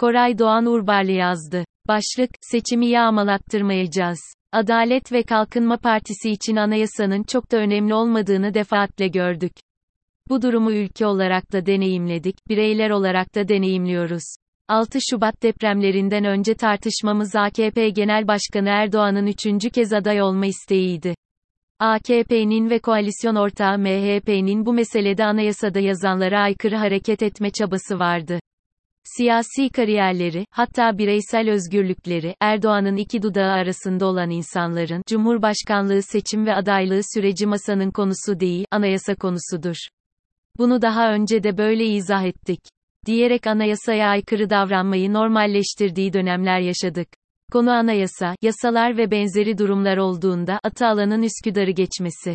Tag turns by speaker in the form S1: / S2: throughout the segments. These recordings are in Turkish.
S1: Koray Doğan Urbarlı yazdı. Başlık, seçimi yağmalattırmayacağız. Adalet ve Kalkınma Partisi için anayasanın çok da önemli olmadığını defaatle gördük. Bu durumu ülke olarak da deneyimledik, bireyler olarak da deneyimliyoruz. 6 Şubat depremlerinden önce tartışmamız AKP Genel Başkanı Erdoğan'ın 3. kez aday olma isteğiydi. AKP'nin ve koalisyon ortağı MHP'nin bu meselede anayasada yazanlara aykırı hareket etme çabası vardı. Siyasi kariyerleri, hatta bireysel özgürlükleri, Erdoğan'ın iki dudağı arasında olan insanların, Cumhurbaşkanlığı seçim ve adaylığı süreci masanın konusu değil, anayasa konusudur. Bunu daha önce de böyle izah ettik. Diyerek anayasaya aykırı davranmayı normalleştirdiği dönemler yaşadık. Konu anayasa, yasalar ve benzeri durumlar olduğunda, Atalan'ın Üsküdar'ı geçmesi.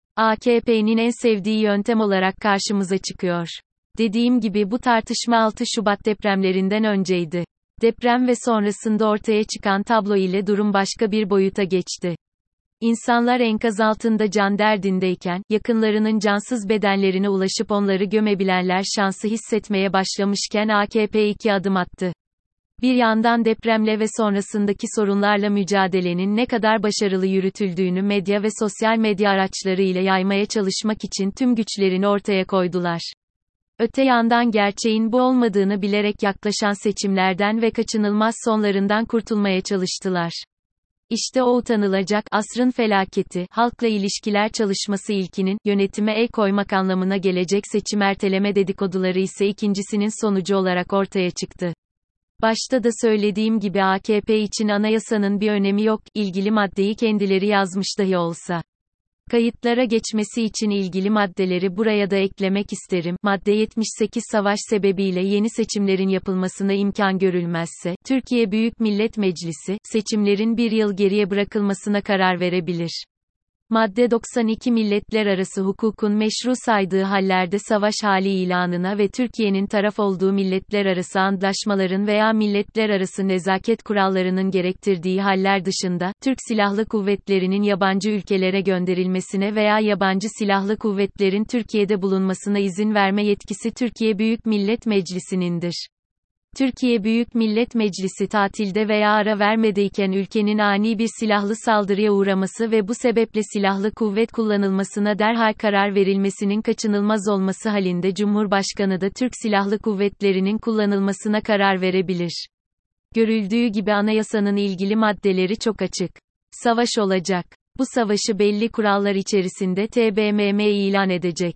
S1: AKP'nin en sevdiği yöntem olarak karşımıza çıkıyor. Dediğim gibi bu tartışma 6 Şubat depremlerinden önceydi. Deprem ve sonrasında ortaya çıkan tablo ile durum başka bir boyuta geçti. İnsanlar enkaz altında can derdindeyken, yakınlarının cansız bedenlerine ulaşıp onları gömebilenler şansı hissetmeye başlamışken AKP 2 adım attı. Bir yandan depremle ve sonrasındaki sorunlarla mücadelenin ne kadar başarılı yürütüldüğünü medya ve sosyal medya araçları ile yaymaya çalışmak için tüm güçlerini ortaya koydular. Öte yandan gerçeğin bu olmadığını bilerek yaklaşan seçimlerden ve kaçınılmaz sonlarından kurtulmaya çalıştılar. İşte o utanılacak, asrın felaketi, halkla ilişkiler çalışması ilkinin, yönetime el koymak anlamına gelecek seçim erteleme dedikoduları ise ikincisinin sonucu olarak ortaya çıktı. Başta da söylediğim gibi AKP için anayasanın bir önemi yok, ilgili maddeyi kendileri yazmış dahi olsa. Kayıtlara geçmesi için ilgili maddeleri buraya da eklemek isterim. Madde 78 savaş sebebiyle yeni seçimlerin yapılmasına imkan görülmezse, Türkiye Büyük Millet Meclisi, seçimlerin bir yıl geriye bırakılmasına karar verebilir. Madde 92 milletler arası hukukun meşru saydığı hallerde savaş hali ilanına ve Türkiye'nin taraf olduğu milletler arası antlaşmaların veya milletler arası nezaket kurallarının gerektirdiği haller dışında, Türk Silahlı Kuvvetleri'nin yabancı ülkelere gönderilmesine veya yabancı silahlı kuvvetlerin Türkiye'de bulunmasına izin verme yetkisi Türkiye Büyük Millet Meclisi'nindir. Türkiye Büyük Millet Meclisi tatilde veya ara vermedeyken ülkenin ani bir silahlı saldırıya uğraması ve bu sebeple silahlı kuvvet kullanılmasına derhal karar verilmesinin kaçınılmaz olması halinde Cumhurbaşkanı da Türk Silahlı Kuvvetleri'nin kullanılmasına karar verebilir. Görüldüğü gibi anayasanın ilgili maddeleri çok açık. Savaş olacak. Bu savaşı belli kurallar içerisinde TBMM ilan edecek.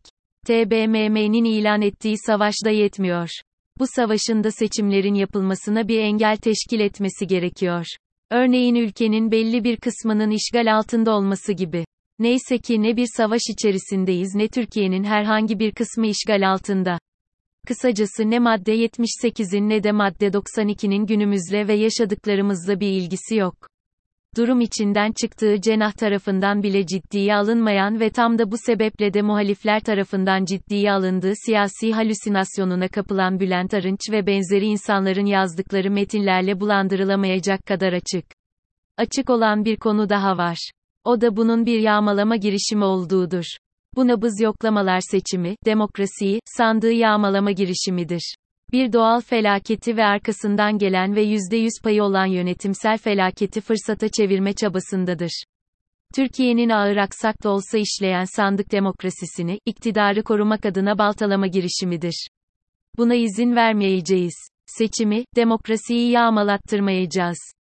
S1: TBMM'nin ilan ettiği savaş da yetmiyor. Bu savaşın da seçimlerin yapılmasına bir engel teşkil etmesi gerekiyor. Örneğin ülkenin belli bir kısmının işgal altında olması gibi. Neyse ki ne bir savaş içerisindeyiz ne Türkiye'nin herhangi bir kısmı işgal altında. Kısacası ne madde 78'in ne de madde 92'nin günümüzle ve yaşadıklarımızla bir ilgisi yok. Durum içinden çıktığı cenah tarafından bile ciddiye alınmayan ve tam da bu sebeple de muhalifler tarafından ciddiye alındığı siyasi halüsinasyonuna kapılan Bülent Arınç ve benzeri insanların yazdıkları metinlerle bulandırılamayacak kadar açık. Açık olan bir konu daha var. O da bunun bir yağmalama girişimi olduğudur. Bu nabız yoklamalar seçimi, demokrasiyi, sandığı yağmalama girişimidir. Bir doğal felaketi ve arkasından gelen ve %100 payı olan yönetimsel felaketi fırsata çevirme çabasındadır. Türkiye'nin ağır aksak da olsa işleyen sandık demokrasisini, iktidarı korumak adına baltalama girişimidir. Buna izin vermeyeceğiz. Seçimi, demokrasiyi yağmalattırmayacağız.